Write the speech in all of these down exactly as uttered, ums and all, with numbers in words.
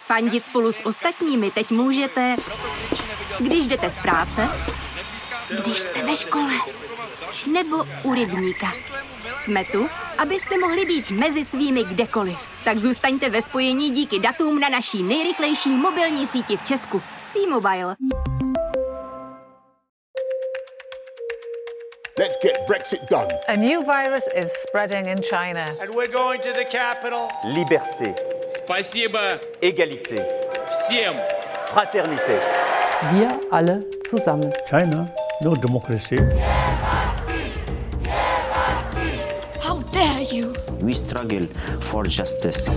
Fandit spolu s ostatními teď můžete, když jdete z práce, když jste ve škole, nebo u rybníka. Jsme tu, abyste mohli být mezi svými kdekoliv. Tak zůstaňte ve spojení díky datům na naší nejrychlejší mobilní síti v Česku. T-Mobile. Let's get Brexit done. A new virus is spreading in China. And we're going to the capital. Liberté. Спасибо. Égalité. Всем. Fraternité. Wir alle zusammen. China, no democracy. How dare you? We struggle for justice.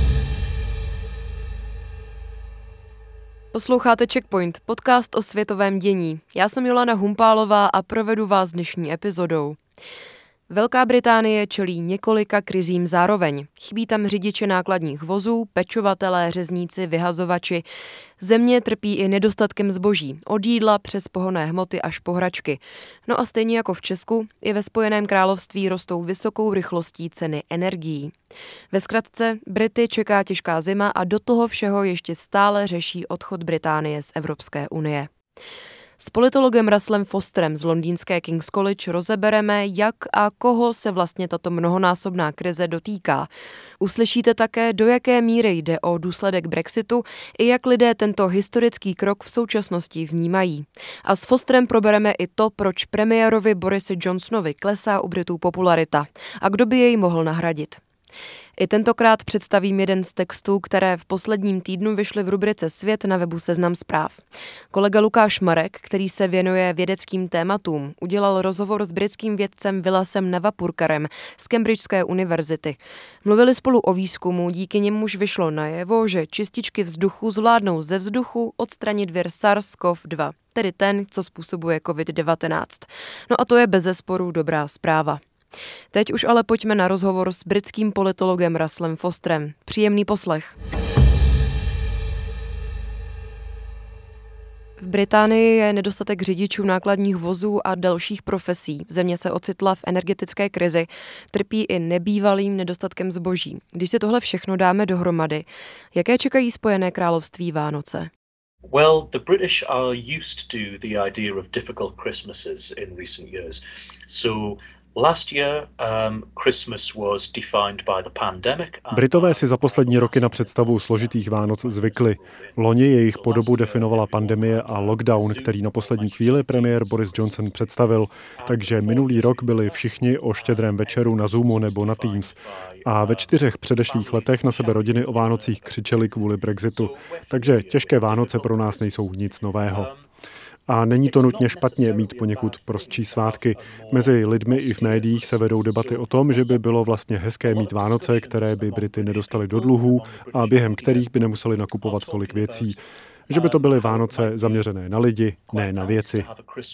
Posloucháte Checkpoint, podcast o světovém dění. Já jsem Jolana Humpálová a provedu vás dnešní epizodou. Velká Británie čelí několika krizím zároveň. Chybí tam řidiče nákladních vozů, pečovatelé, řezníci, vyhazovači. Země trpí i nedostatkem zboží, od jídla přes pohonné hmoty až po hračky. No a stejně jako v Česku, i ve Spojeném království rostou vysokou rychlostí ceny energií. Ve zkratce, Brity čeká těžká zima a do toho všeho ještě stále řeší odchod Británie z Evropské unie. S politologem Russellem Fosterem z londýnské King's College rozebereme, jak a koho se vlastně tato mnohonásobná krize dotýká. Uslyšíte také, do jaké míry jde o důsledek Brexitu i jak lidé tento historický krok v současnosti vnímají. A s Fosterem probereme i to, proč premiérovi Borisi Johnsonovi klesá u Britů popularita a kdo by jej mohl nahradit. I tentokrát představím jeden z textů, které v posledním týdnu vyšly v rubrice Svět na webu Seznam zpráv. Kolega Lukáš Marek, který se věnuje vědeckým tématům, udělal rozhovor s britským vědcem Vilasem Navapurkarem z Cambridgeské univerzity. Mluvili spolu o výzkumu, díky němuž vyšlo najevo, že čističky vzduchu zvládnou ze vzduchu odstranit vir SARS-C o V dva, tedy ten, co způsobuje covid devatenáct. No a to je bezesporu dobrá zpráva. Teď už ale pojďme na rozhovor s britským politologem Russellem Fosterem. Příjemný poslech. V Británii je nedostatek řidičů nákladních vozů a dalších profesí. Země se ocitla v energetické krizi, trpí i nebývalým nedostatkem zboží. Když si tohle všechno dáme dohromady, jaké čekají Spojené království Vánoce? Well, the British are used to the idea of difficult Christmases in recent years. So Last year, um, Christmas was defined by the pandemic. Britové si za poslední roky na představu složitých Vánoc zvykli. Loni jejich podobu definovala pandemie a lockdown, který na poslední chvíli premiér Boris Johnson představil. Takže minulý rok byli všichni o štědrém večeru na Zoomu nebo na Teams. A ve čtyřech předešlých letech na sebe rodiny o Vánocích křičely kvůli Brexitu. Takže těžké Vánoce pro nás nejsou nic nového. A není to nutně špatně mít poněkud prostší svátky. Mezi lidmi i v médiích se vedou debaty o tom, že by bylo vlastně hezké mít Vánoce, které by Brity nedostali do dluhů a během kterých by nemuseli nakupovat tolik věcí. Že by to byly Vánoce zaměřené na lidi, ne na věci.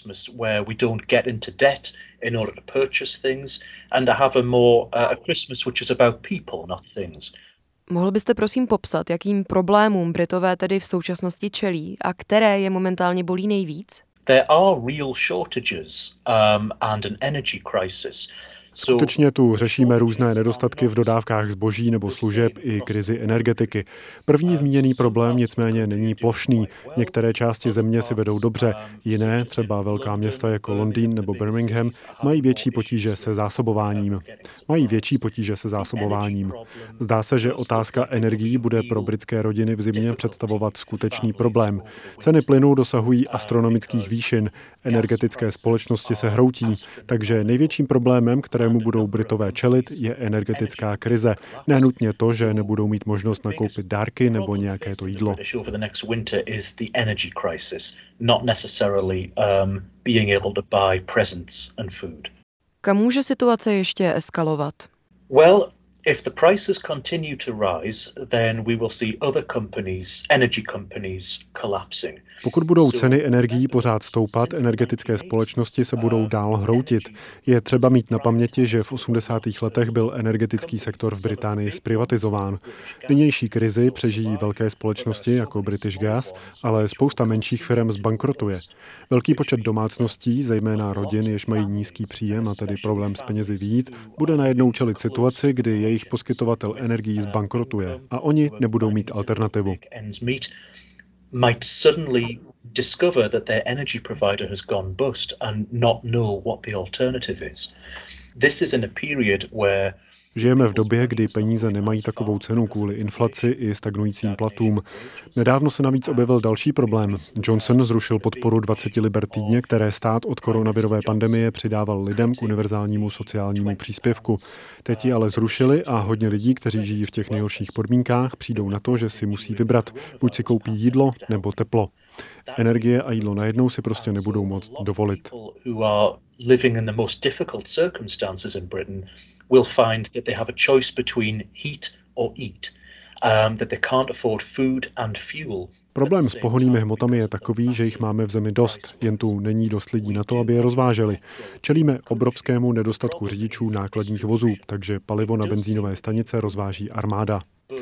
Mohl byste prosím popsat, jakým problémům Britové tedy v současnosti čelí a které je momentálně bolí nejvíc? There are real shortages um, and an energy crisis. Skutečně tu řešíme různé nedostatky v dodávkách zboží nebo služeb i krizi energetiky. První zmíněný problém nicméně není plošný. Některé části země si vedou dobře, jiné, třeba velká města jako Londýn nebo Birmingham, mají větší potíže se zásobováním. Mají větší potíže se zásobováním. Zdá se, že otázka energií bude pro britské rodiny v zimě představovat skutečný problém. Ceny plynu dosahují astronomických výšin, energetické společnosti se hroutí, takže největším problémem, které kterému budou Britové čelit, je energetická krize. Nenutně to, že nebudou mít možnost nakoupit dárky nebo nějaké to jídlo. Kam může situace ještě eskalovat? Well, if the prices continue to rise, then we will see other companies, energy companies collapsing. Pokud budou ceny energií pořád stoupat, energetické společnosti se budou dál hroutit. Je třeba mít na paměti, že v osmdesátých letech byl energetický sektor v Británii zprivatizován. Nynější krizi přežijí velké společnosti jako British Gas, ale spousta menších firm zbankrotuje. Velký počet domácností, zejména rodin, jež mají nízký příjem a tedy problém s penězi vyjít, bude najednou čelit situaci, kdy jejich jejich poskytovatel energií zbankrotuje a oni nebudou mít alternativu. Might suddenly discover that their energy provider has gone bust and not know what the alternative is. This is in a period where Žijeme v době, kdy peníze nemají takovou cenu kvůli inflaci i stagnujícím platům. Nedávno se navíc objevil další problém. Johnson zrušil podporu dvacet liber týdně, které stát od koronavirové pandemie přidával lidem k univerzálnímu sociálnímu příspěvku. Teď ji ale zrušili a hodně lidí, kteří žijí v těch nejhorších podmínkách, přijdou na to, že si musí vybrat. Buď si koupí jídlo nebo teplo. Energie a jídlo najednou si prostě nebudou moct dovolit. Will find that they have a choice between heat or eat, um, that they can't afford food and fuel. Problém s pohonnými hmotami je takový, že jich máme v zemi dost, jen tu není dost lidí na to, aby je rozváželi. Čelíme obrovskému nedostatku řidičů nákladních vozů, takže palivo na benzínové stanice rozváží armáda.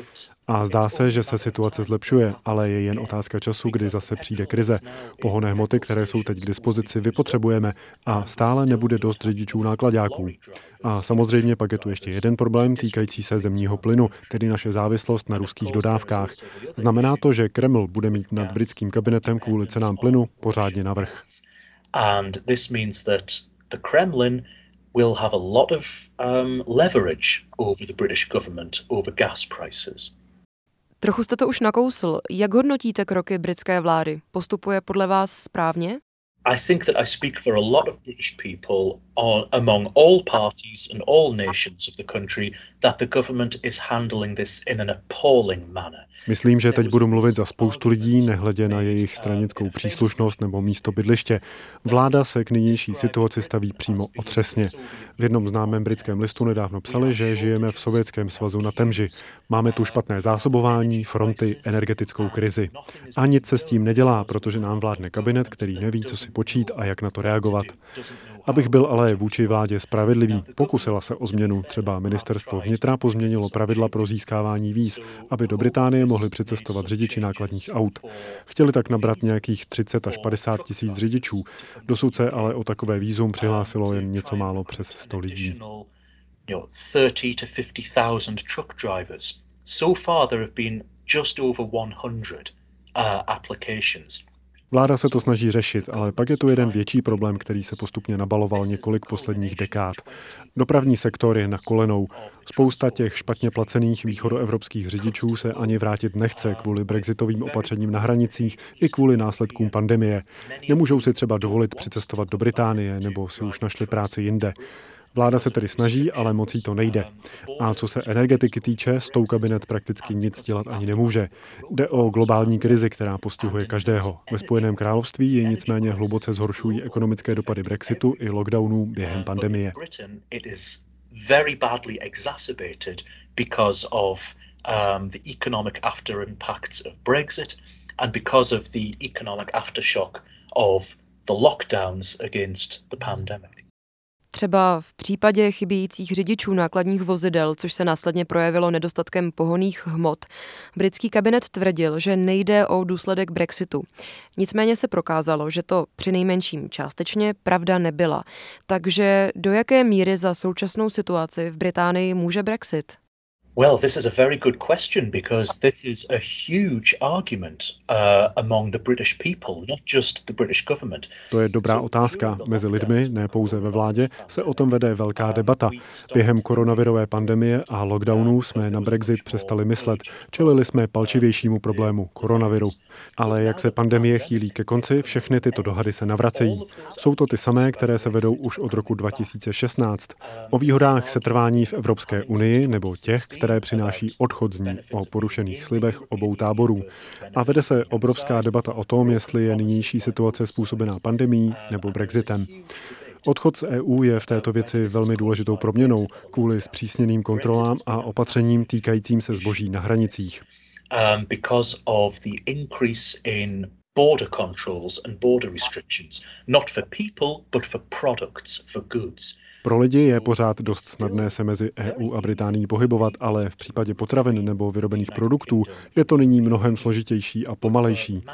A zdá se, že se situace zlepšuje, ale je jen otázka času, kdy zase přijde krize. Pohonné hmoty, které jsou teď k dispozici, vypotřebujeme a stále nebude dost řidičů nákladáků. A samozřejmě pak je tu ještě jeden problém týkající se zemního plynu, tedy naše závislost na ruských dodávkách. Znamená to, že Kreml bude mít nad britským kabinetem kvůli cenám plynu pořádně navrch. And this means that the Kremlin will have a lot of um, leverage over the British government over gas prices. Trochu jste to už nakousl. Jak hodnotíte kroky britské vlády? Postupuje podle vás správně? I think that I speak for a lot of British people on, among all parties and all nations of the country that the government is handling this in an appalling manner. Myslím, že teď budu mluvit za spoustu lidí, nehledě na jejich stranickou příslušnost nebo místo bydliště. Vláda se k nynější situaci staví přímo otřesně. V jednom známém britském listu nedávno psali, že žijeme v Sovětském svazu na Temži. Máme tu špatné zásobování, fronty, energetickou krizi. A nic se s tím nedělá, protože nám vládne kabinet, který neví, co si počít a jak na to reagovat. Abych byl ale vůči vládě spravedlivý, pokusila se o změnu. Třeba ministerstvo vnitra pozměnilo pravidla pro získávání víz, aby do Británie mohli přicestovat řidiči nákladních aut. Chtěli tak nabrat nějakých třicet až padesát tisíc řidičů. Dosud se ale o takové vízum přihlásilo jen něco málo přes sto lidí. thirty to fifty thousand truck drivers. So far there have been just over one hundred uh, applications. Vláda se to snaží řešit, ale pak je tu jeden větší problém, který se postupně nabaloval několik posledních dekád. Dopravní sektor je na kolenou. Spousta těch špatně placených východoevropských řidičů se ani vrátit nechce kvůli brexitovým opatřením na hranicích i kvůli následkům pandemie. Nemůžou si třeba dovolit přicestovat do Británie nebo si už našli práci jinde. Vláda se tedy snaží, ale mocí to nejde. A co se energetiky týče, s tou kabinet prakticky nic dělat ani nemůže. Jde o globální krizi, která postihuje každého. Ve Spojeném království je nicméně hluboce zhoršují ekonomické dopady Brexitu i lockdownů během pandemie. Very badly exacerbated because of um, the economic after impacts of Brexit and because of the economic aftershock of the lockdowns against the pandemic. Třeba v případě chybějících řidičů nákladních vozidel, což se následně projevilo nedostatkem pohonných hmot, britský kabinet tvrdil, že nejde o důsledek Brexitu. Nicméně se prokázalo, že to přinejmenším částečně pravda nebyla. Takže do jaké míry za současnou situaci v Británii může Brexit? Well, this is a very good question because this is a huge argument uh, among the British people, not just the British government. To je dobrá otázka. Mezi lidmi, ne pouze ve vládě, se o tom vede velká debata. Během koronavirové pandemie a lockdownů jsme na Brexit přestali myslet. Čelili jsme palčivějšímu problému koronaviru. Ale jak se pandemie chýlí ke konci, všechny tyto dohady se navracejí. Jsou to ty samé, které se vedou už od roku dva tisíce šestnáct. O výhodách setrvání v Evropské unii nebo těch, které přináší odchod z ní, o porušených slibech obou táborů. A vede se obrovská debata o tom, jestli je nynější situace způsobená pandemií nebo Brexitem. Odchod z E U je v této věci velmi důležitou proměnou kvůli zpřísněným kontrolám a opatřením týkajícím se zboží na hranicích. Um, because of the increase in border controls and border restrictions, not for people, but for products, for goods. Pro lidi je pořád dost snadné se mezi E U a Británií pohybovat, ale v případě potravin nebo vyrobených produktů je to nyní mnohem složitější a pomalejší.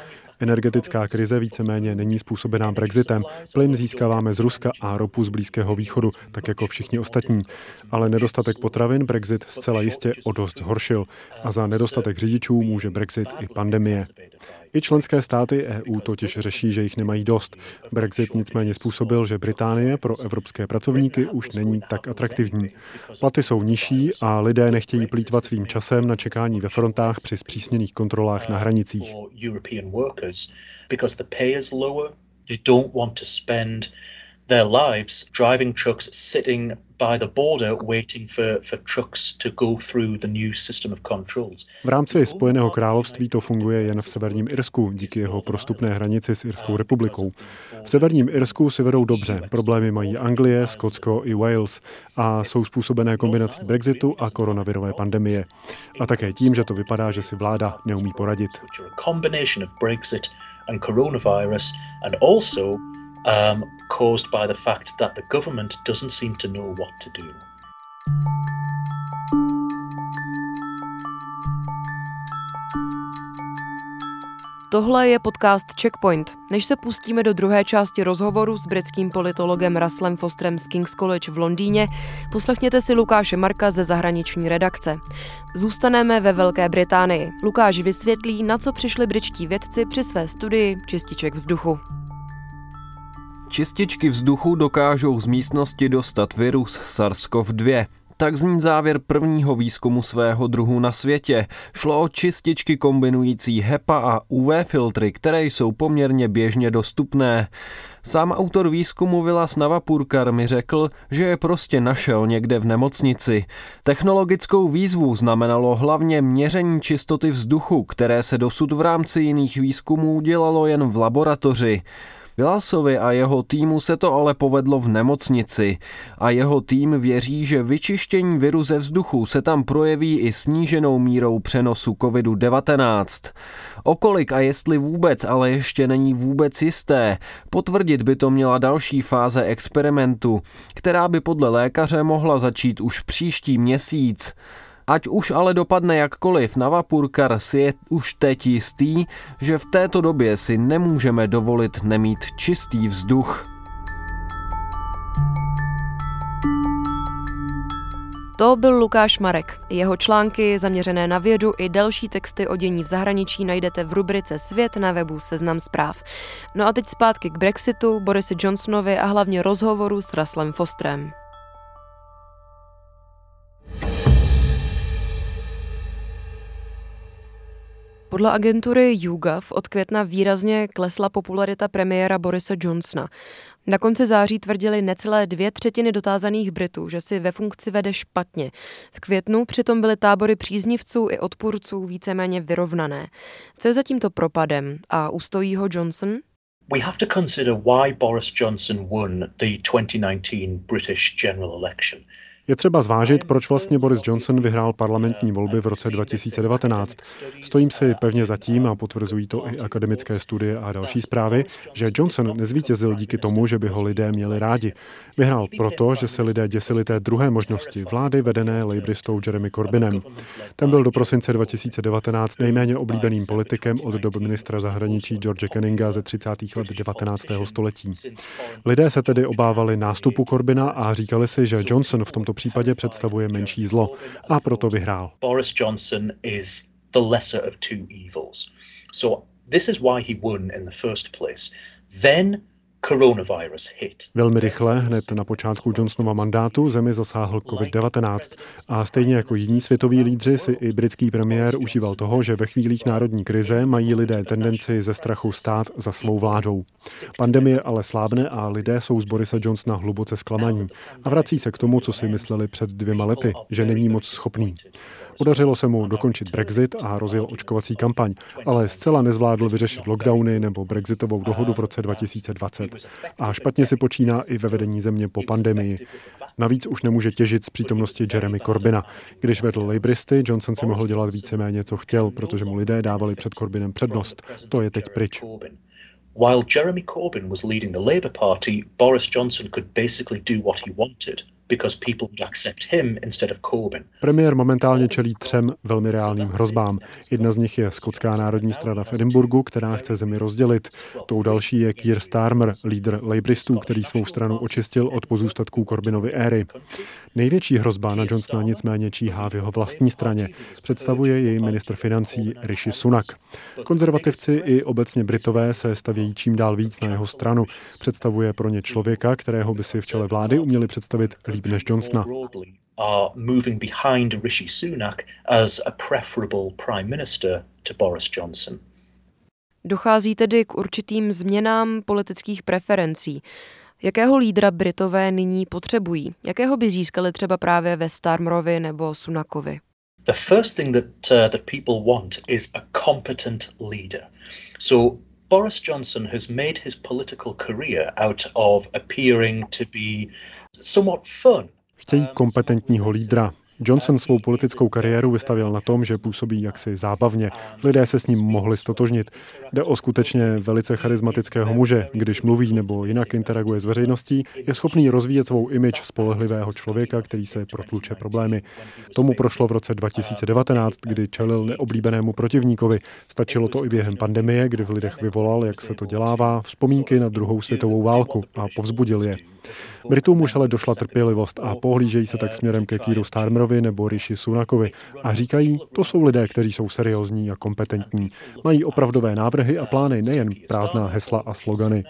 Energetická krize víceméně není způsobená Brexitem. Plyn získáváme z Ruska a ropu z Blízkého východu, tak jako všichni ostatní. Ale nedostatek potravin Brexit zcela jistě o dost zhoršil. A za nedostatek řidičů může Brexit i pandemie. I členské státy E U totiž řeší, že jich nemají dost. Brexit nicméně způsobil, že Británie pro evropské pracovníky už není tak atraktivní. Platy jsou nižší a lidé nechtějí plýtvat svým časem na čekání ve frontách při zpřísněných kontrolách na hranicích. Their lives driving trucks, sitting by the border waiting for, for trucks to go through the new system of controls. V rámci Spojeného království to funguje jen v Severním Irsku díky jeho prostupné hranici s Irskou republikou. V Severním Irsku si vedou dobře. Problémy mají Anglie, Skotsko i Wales a jsou způsobené kombinací Brexitu a koronavirové pandemie. A také tím, že to vypadá, že si vláda neumí poradit. Combination of Brexit and coronavirus and also Um, caused by the fact that the government doesn't seem to know what to do. Tohle je podcast Checkpoint. Než se pustíme do druhé části rozhovoru s britským politologem Russellem Fosterem z King's College v Londýně, poslechněte si Lukáše Marka ze zahraniční redakce. Zůstaneme ve Velké Británii. Lukáš vysvětlí, na co přišli britští vědci při své studii čističek vzduchu. Čističky vzduchu dokážou z místnosti dostat virus SARS-CoV dva. Tak zní závěr prvního výzkumu svého druhu na světě. Šlo o čističky kombinující HEPA a U V filtry, které jsou poměrně běžně dostupné. Sám autor výzkumu Vilas Navapurkar mi řekl, že je prostě našel někde v nemocnici. Technologickou výzvu znamenalo hlavně měření čistoty vzduchu, které se dosud v rámci jiných výzkumů dělalo jen v laboratoři. Vilasovi a jeho týmu se to ale povedlo v nemocnici a jeho tým věří, že vyčištění viru ze vzduchu se tam projeví i sníženou mírou přenosu kovid devatenáct. O kolik a jestli vůbec, ale ještě není vůbec jisté. Potvrdit by to měla další fáze experimentu, která by podle lékaře mohla začít už příští měsíc. Ať už ale dopadne jakkoliv, Navapurkar si je už teď jistý, že v této době si nemůžeme dovolit nemít čistý vzduch. To byl Lukáš Marek. Jeho články zaměřené na vědu i další texty o dění v zahraničí najdete v rubrice Svět na webu Seznam zpráv. No a teď zpátky k Brexitu, Borisi Johnsonovi a hlavně rozhovoru s Russellem Fosterem. Podle agentury YouGov od května výrazně klesla popularita premiéra Borise Johnsona. Na konci září tvrdili necelé dvě třetiny dotázaných Britů, že si ve funkci vede špatně. V květnu přitom byly tábory příznivců i odpůrců víceméně vyrovnané. Co je za tímto propadem a ustojí ho Johnson? We have to consider why Boris Johnson won the twenty nineteen British general election. Je třeba zvážit, proč vlastně Boris Johnson vyhrál parlamentní volby v roce dva tisíce devatenáct. Stojím si pevně za tím, a potvrzují to i akademické studie a další zprávy, že Johnson nezvítězil díky tomu, že by ho lidé měli rádi. Vyhrál proto, že se lidé děsili té druhé možnosti, vlády vedené labouristou Jeremy Corbynem. Ten byl do prosince dva tisíce devatenáct nejméně oblíbeným politikem od doby ministra zahraničí George Canninga ze třicátých let devatenáctého století. Lidé se tedy obávali nástupu Corbyna a říkali si, že Johnson v tomto případě představuje menší zlo a proto vyhrál. Boris Johnson is the lesser of two evils. So this is why he won in the first place. Then coronavirus hit. Velmi rychle, hned na počátku Johnsonova mandátu, zemi zasáhl kovid devatenáct. A stejně jako jiní světoví lídři si i britský premiér užíval toho, že ve chvílích národní krize mají lidé tendenci ze strachu stát za svou vládou. Pandemie ale slábne a lidé jsou z Borise Johnsona hluboce zklamaní. A vrací se k tomu, co si mysleli před dvěma lety, že není moc schopný. Podařilo se mu dokončit Brexit a rozjel očkovací kampaň, ale zcela nezvládl vyřešit lockdowny nebo brexitovou dohodu v roce dva tisíce dvacet. A špatně si počíná i ve vedení země po pandemii. Navíc už nemůže těžit z přítomnosti Jeremy Corbyna. Když vedl labouristy, Johnson si mohl dělat víceméně, co chtěl, protože mu lidé dávali před Corbynem přednost. To je teď pryč. While Jeremy Corbyn was leading the Labour Party, Boris Johnson could basically do what he wanted. because people would accept him instead of Corbyn. Premiér momentálně čelí třem velmi reálným hrozbám. Jedna z nich je Skotská národní strana v Edinburghu, která chce zemi rozdělit. Tou další je Keir Starmer, lídr Labouristů, který svou stranu očistil od pozůstatků Corbynovy éry. Největší hrozba na Johnsona nicméně číhá v jeho vlastní straně. Představuje jej ministr financí Rishi Sunak. Konzervativci i obecně Britové se stavějí čím dál víc na jeho stranu. Představuje pro ně člověka, kterého by si v čele vlády uměli představit líp než Johnsona. Are moving behind Rishi Sunak as a preferable prime minister to Boris Johnson. Dochází tedy k určitým změnám politických preferencí. Jakého lídra Britové nyní potřebují? Jakého by získali třeba právě ve Starmerovi nebo Sunakovi? The first thing that uh, that people want is a competent leader. So Boris Johnson has made his political career out of appearing to be somewhat fun. Chtějí kompetentního lídra. Johnson svou politickou kariéru vystavěl na tom, že působí jaksi zábavně. Lidé se s ním mohli stotožnit. Jde o skutečně velice charismatického muže. Když mluví nebo jinak interaguje s veřejností, je schopný rozvíjet svou image spolehlivého člověka, který se protluče problémy. Tomu prošlo v roce dva tisíce devatenáct, kdy čelil neoblíbenému protivníkovi. Stačilo to i během pandemie, kdy v lidech vyvolal, jak se to dělává, vzpomínky na druhou světovou válku a povzbudil je. Britům už ale došla trpělivost a pohlížejí se tak směrem ke Keiru Starmerovi nebo Rishi Sunakovi a říkají, to jsou lidé, kteří jsou seriózní a kompetentní. Mají opravdové návrhy a plány, nejen prázdná hesla a slogany.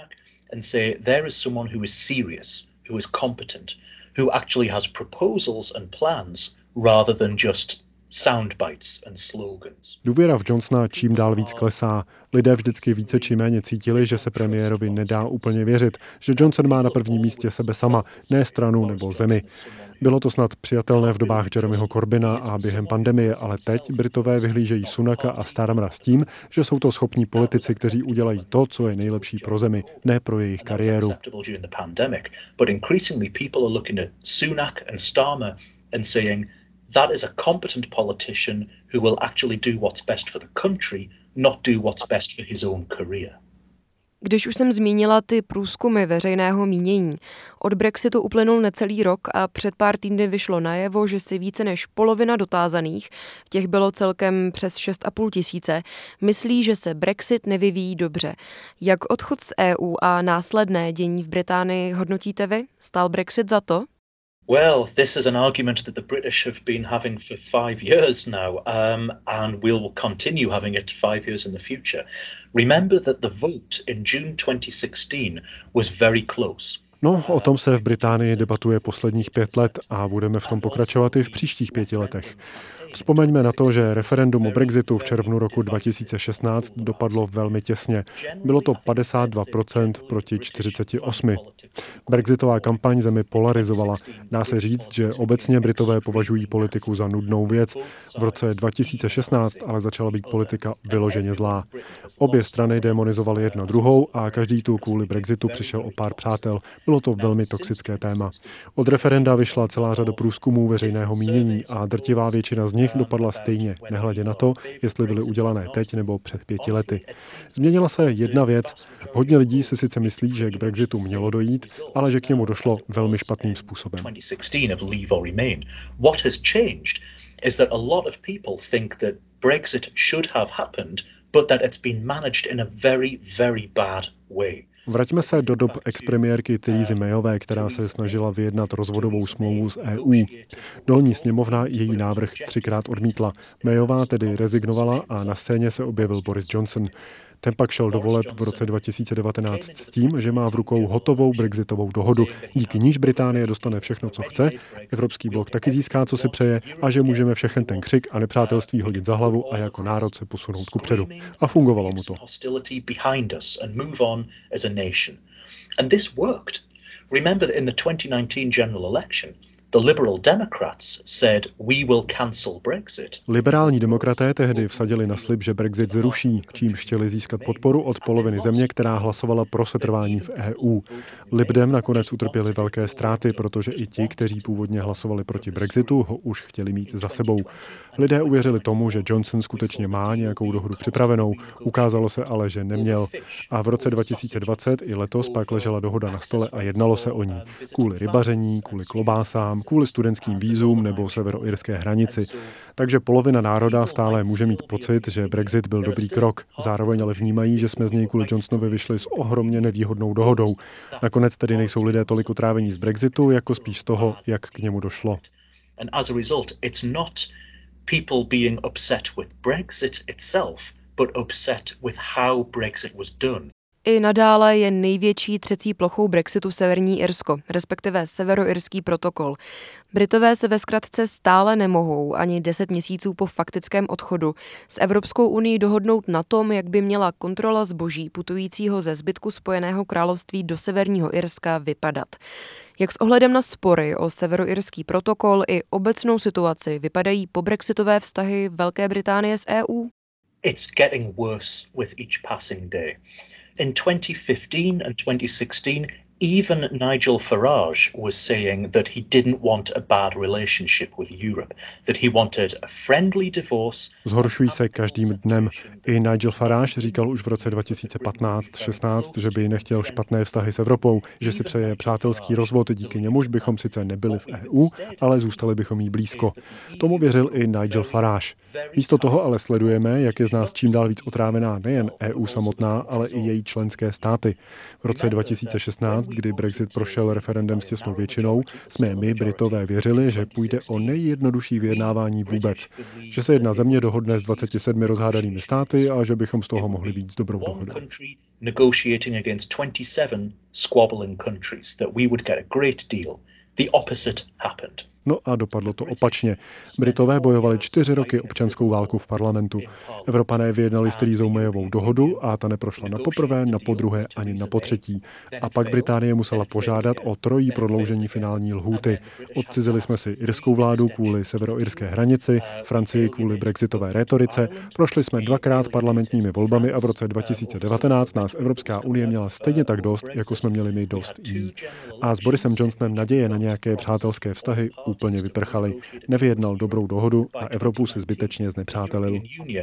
Důvěra v Johnsona čím dál víc klesá. Lidé vždycky více či méně cítili, že se premiérovi nedá úplně věřit, že Johnson má na prvním místě sebe sama, ne stranu nebo zemi. Bylo to snad přijatelné v dobách Jeremyho Corbyna a během pandemie, ale teď Britové vyhlížejí Sunaka a Starmera s tím, že jsou to schopní politici, kteří udělají to, co je nejlepší pro zemi, ne pro jejich kariéru. That is a competent politician who will actually do what's best for the country, not do what's best for his own career. Když už jsem zmínila ty průzkumy veřejného mínění, od Brexitu uplynul necelý rok a před pár týdny vyšlo najevo, že si více než polovina dotázaných, těch bylo celkem přes šest a půl tisíce, myslí, že se Brexit nevyvíjí dobře. Jak odchod z E U a následné dění v Británii hodnotíte vy? Stál Brexit za to? Well, this is an argument that the British have been having for five years now, um, and we'll continue having it five years in the future. Remember that the vote in June twenty sixteen was very close. No, o tom se v Británii debatuje posledních pět let a budeme v tom pokračovat i v příštích pěti letech. Vzpomeňme na to, že referendum o Brexitu v červnu roku dva tisíce šestnáct dopadlo velmi těsně. Bylo to padesát dva procent proti čtyřicet osm. Brexitová kampaň zemi polarizovala. Dá se říct, že obecně Britové považují politiku za nudnou věc. V roce dva tisíce šestnáct ale začala být politika vyloženě zlá. Obě strany demonizovaly jedna druhou a každý tu kvůli Brexitu přišel o pár přátel. Bylo to velmi toxické téma. Od referenda vyšla celá řada průzkumů veřejného mínění a drtivá většina z nich dopadla stejně, nehledě na to, jestli byly udělané teď nebo před pěti lety. Změnila se jedna věc. Hodně lidí si sice myslí, že k Brexitu mělo dojít, ale že k němu došlo velmi špatným způsobem. Vraťme se do dob expremiérky Therésy Mayové, která se snažila vyjednat rozvodovou smlouvu s E U. Dolní sněmovna její návrh třikrát odmítla. Mayová tedy rezignovala a na scéně se objevil Boris Johnson. Ten pak šel do voleb v roce dva tisíce devatenáct s tím, že má v rukou hotovou brexitovou dohodu, díky níž Británie dostane všechno, co chce, Evropský blok taky získá, co si přeje a že můžeme všechen ten křik a nepřátelství hodit za hlavu a jako národ se posunout kupředu. A fungovalo mu to. The Liberal Democrats said we will cancel Brexit. Liberální demokraté tehdy vsadili na slib, že Brexit zruší, čímž chtěli získat podporu od poloviny země, která hlasovala pro setrvání v E U. Lib Dem nakonec utrpěli velké ztráty, protože i ti, kteří původně hlasovali proti Brexitu, ho už chtěli mít za sebou. Lidé uvěřili tomu, že Johnson skutečně má nějakou dohodu připravenou, ukázalo se ale, že neměl. A v roce dva tisíce dvacet i letos pak ležela dohoda na stole a jednalo se o ní. Kvůli rybaření, kvůli klobásám, kvůli studentským vízům nebo severoirské hranici. Takže polovina národa stále může mít pocit, že Brexit byl dobrý krok. Zároveň ale vnímají, že jsme z něj kvůli Johnsonovi vyšli s ohromně nevýhodnou dohodou. Nakonec tedy nejsou lidé tolik utrávení z Brexitu, jako spíš z toho, jak k němu došlo. And as a result, it's not people being upset with Brexit itself, but upset with how Brexit was done. I nadále je největší třecí plochou Brexitu Severní Irsko, respektive Severoirský protokol. Britové se ve zkratce stále nemohou ani deset měsíců po faktickém odchodu s Evropskou unií dohodnout na tom, jak by měla kontrola zboží putujícího ze zbytku Spojeného království do Severního Irska vypadat. Jak s ohledem na spory o Severoirský protokol i obecnou situaci vypadají pobrexitové vztahy Velké Británie s E U? It's getting worse with each passing day. In twenty fifteen and twenty sixteen, even Nigel Farage was saying that he didn't want a bad relationship with Europe, that he wanted a friendly divorce. Zhoršují se každým dnem. I Nigel Farage říkal už v roce dva tisíce patnáct šestnáct, že by nechtěl špatné vztahy s Evropou, že si přeje přátelský rozvod, díky němuž bychom sice nebyli v E U, ale zůstali bychom jí blízko. Tomu věřil i Nigel Farage. Místo toho ale sledujeme, jak je z nás čím dál víc otrávená nejen E U samotná, ale i její členské státy. V roce dva tisíce šestnáct, kdy Brexit prošel referendem s těsnou většinou, jsme my, Britové, věřili, že půjde o nejjednodušší vyjednávání vůbec. Že se jedna země dohodne s dvaceti sedmi rozhádanými státy a že bychom z toho mohli být s dobrou dohodou. Negotiating against twenty-seven squabbling countries, that we would get a great deal. The opposite happened. No a dopadlo to opačně. Britové bojovali čtyři roky občanskou válku v parlamentu. Evropané vyjednali s Therésou Mayovou dohodu a ta neprošla na poprvé, na podruhé ani na potřetí. A pak Británie musela požádat o trojí prodloužení finální lhůty. Odcizili jsme si irskou vládu kvůli severoirské hranici, Francii kvůli brexitové rétorice, prošli jsme dvakrát parlamentními volbami a v roce dva tisíce devatenáct nás Evropská unie měla stejně tak dost, jako jsme měli my dost jí. A s Borisem Johnsonem naděje na nějaké přátelské vztahy úplně vyprchali. Nevyjednal dobrou dohodu a Evropu si zbytečně znepřátelil.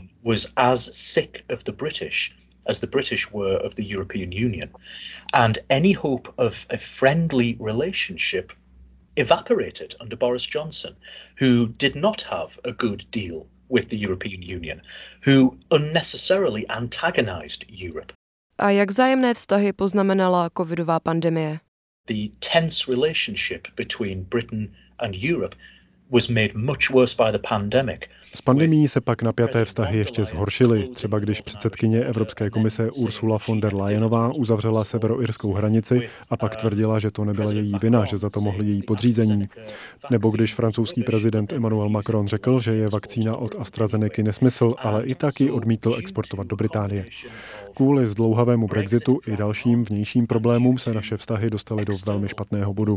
As the British were of the European Union. And any hope of a friendly relationship evaporated under Boris Johnson, who did not have a good deal with the European Union, who unnecessarily antagonized Europe. A jak vzájemné vztahy poznamenala covidová pandemie? The tense relationship between Britain and Europe was made much worse by the pandemic. S pandemií se pak napjaté vztahy ještě zhoršily, třeba když předsedkyně Evropské komise Ursula von der Leyenová uzavřela severoirskou hranici a pak tvrdila, že to nebyla její vina, že za to mohli její podřízení. Nebo když francouzský prezident Emmanuel Macron řekl, že je vakcína od AstraZeneca nesmysl, ale i tak ji odmítl exportovat do Británie. Kvůli zdlouhavému Brexitu i dalším vnějším problémům se naše vztahy dostaly do velmi špatného bodu.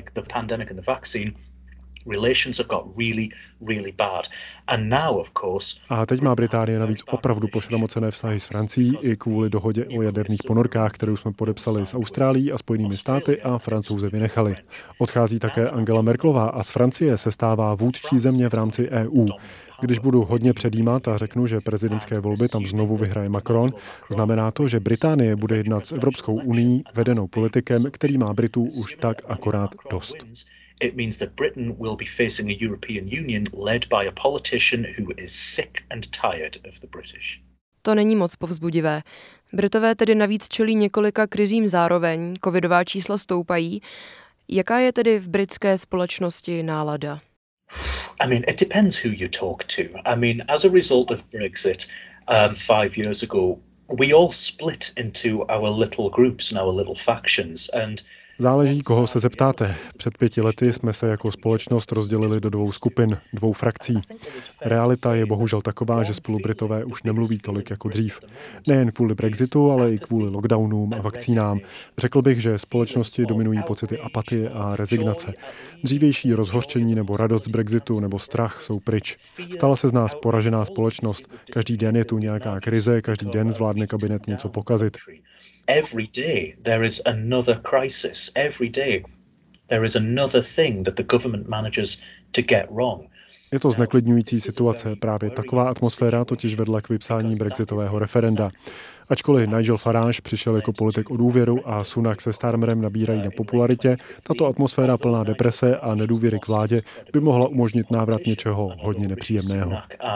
Relations have got really, really bad. And now, of course, a teď má Británie navíc opravdu pošramocené vztahy s Francií i kvůli dohodě o jaderných ponorkách, kterou jsme podepsali s Austrálií a Spojenými státy a Francouze vynechali. Odchází také Angela Merkelová a z Francie se stává vůdčí země v rámci E U. Když budu hodně předjímat a řeknu, že prezidentské volby tam znovu vyhraje Macron, znamená to, že Británie bude jednat s Evropskou unií vedenou politikem, který má Britů už tak akorát dost. It means that Britain will be facing a European Union led by a politician who is sick and tired of the British. To není moc povzbudivé. Britové tedy navíc čelí několika krizím zároveň, covidová čísla stoupají. Jaká je tedy v britské společnosti nálada? I mean, it depends who you talk to. I mean, as a result of Brexit um, five years ago, we all split into our little groups and our little factions, and Záleží, koho se zeptáte. Před pěti lety jsme se jako společnost rozdělili do dvou skupin, dvou frakcí. Realita je bohužel taková, že spolu Britové už nemluví tolik jako dřív. Nejen kvůli Brexitu, ale i kvůli lockdownům a vakcínám. Řekl bych, že společnosti dominují pocity apatie a rezignace. Dřívější rozhořčení nebo radost z Brexitu nebo strach jsou pryč. Stala se z nás poražená společnost. Každý den je tu nějaká krize, každý den zvládne kabinet něco pokazit. Every day there is another crisis. Every day there is another thing that the government manages to get wrong. Je to zneklidňující situace. Právě taková atmosféra totiž vedla k vypsání brexitového referenda. Ačkoliv Nigel Farage přišel jako politik o důvěru a Sunak se Starmerem nabírají na popularitě, tato atmosféra plná deprese a nedůvěry k vládě by mohla umožnit návrat něčeho hodně nepříjemného.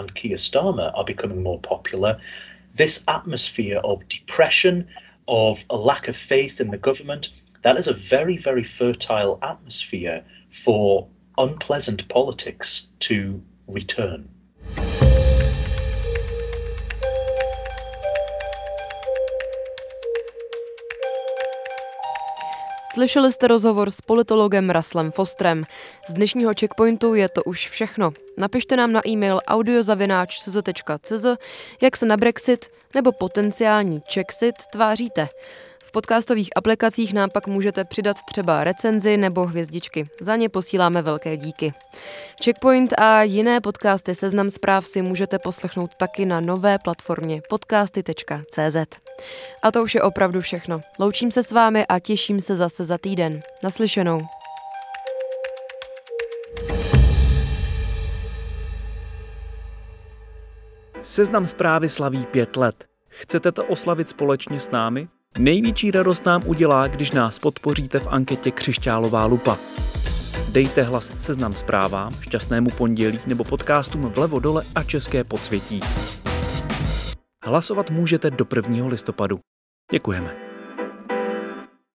This atmosphere of depression, of a lack of faith in the government, that is a very, very fertile atmosphere for unpleasant politics to return. Slyšeli jste rozhovor s politologem Russellem Fosterem. Z dnešního Checkpointu je to už všechno. Napište nám na e-mail audio zavináč c z tečka c z, jak se na Brexit nebo potenciální Czexit tváříte. V podcastových aplikacích nám pak můžete přidat třeba recenzi nebo hvězdičky. Za ně posíláme velké díky. Checkpoint a jiné podcasty Seznam zpráv si můžete poslechnout taky na nové platformě podcasty tečka c z. A to už je opravdu všechno. Loučím se s vámi a těším se zase za týden. Naslyšenou. Seznam zprávy slaví pět let. Chcete to oslavit společně s námi? Největší radost nám udělá, když nás podpoříte v anketě Křišťálová lupa. Dejte hlas Seznam zprávám, Šťastnému pondělí nebo podcastům Vlevo dole a České podsvětí. Hlasovat můžete do prvního listopadu. Děkujeme.